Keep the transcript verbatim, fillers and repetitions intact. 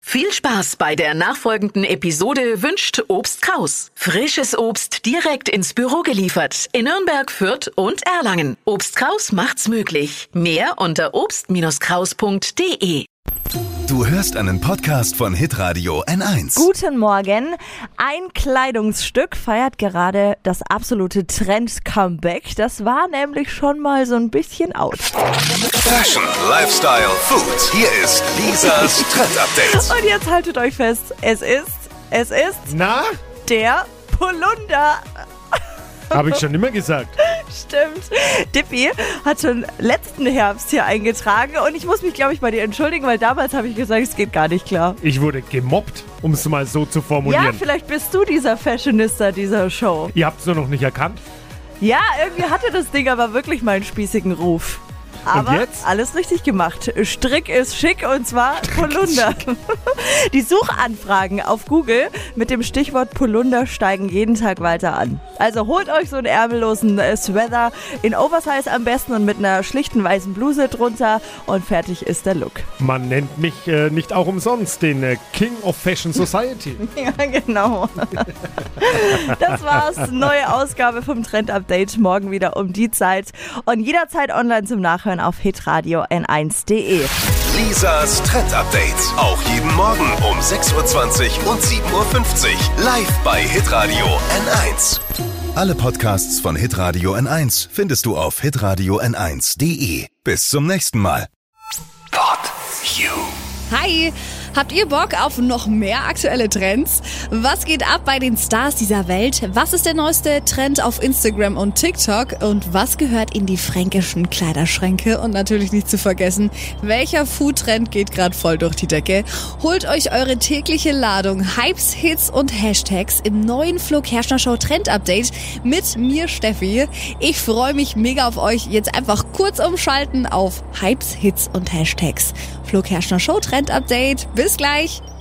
Viel Spaß bei der nachfolgenden Episode wünscht Obst Kraus. Frisches Obst direkt ins Büro geliefert in Nürnberg, Fürth und Erlangen. Obst Kraus macht's möglich. Mehr unter obst Kraus punkt de. Du hörst einen Podcast von Hitradio N eins. Guten Morgen. Ein Kleidungsstück feiert gerade das absolute Trend-Comeback. Das war nämlich schon mal so ein bisschen out. Fashion, Lifestyle, Food. Hier ist Lisas Trend-Update. Und jetzt haltet euch fest. Es ist, es ist Na? der Polunder. Habe ich schon immer gesagt. Stimmt. Dippy hat schon letzten Herbst hier eingetragen und ich muss mich, glaube ich, bei dir entschuldigen, weil damals habe ich gesagt, es geht gar nicht klar. Ich wurde gemobbt, um es mal so zu formulieren. Ja, vielleicht bist du dieser Fashionista dieser Show. Ihr habt es nur noch nicht erkannt. Ja, irgendwie hatte das Ding aber wirklich mal einen spießigen Ruf. Aber jetzt? Alles richtig gemacht. Strick ist schick und zwar Polunder. Die Suchanfragen auf Google mit dem Stichwort Polunder steigen jeden Tag weiter an. Also holt euch so einen ärmellosen äh, Sweater in Oversize am besten und mit einer schlichten weißen Bluse drunter und fertig ist der Look. Man nennt mich äh, nicht auch umsonst den äh, King of Fashion Society. Ja, genau. Das war's. Neue Ausgabe vom Trend Update. Morgen wieder um die Zeit und jederzeit online zum Nachhören auf hitradio n eins punkt de. Lisas Trend Update. Auch jeden Morgen um sechs Uhr zwanzig und sieben Uhr fünfzig. Live bei Hitradio N eins. Alle Podcasts von Hitradio N eins findest du auf hitradio n eins punkt de. Bis zum nächsten Mal. Pod You. Hi, habt ihr Bock auf noch mehr aktuelle Trends? Was geht ab bei den Stars dieser Welt? Was ist der neueste Trend auf Instagram und TikTok? Und was gehört in die fränkischen Kleiderschränke? Und natürlich nicht zu vergessen, welcher Foodtrend geht gerade voll durch die Decke? Holt euch eure tägliche Ladung Hypes, Hits und Hashtags im neuen Flo Kerschner Show Trend Update mit mir, Steffi. Ich freue mich mega auf euch. Jetzt einfach kurz umschalten auf Hypes, Hits und Hashtags. Flo Kerschner Show Trend Update. Bis gleich.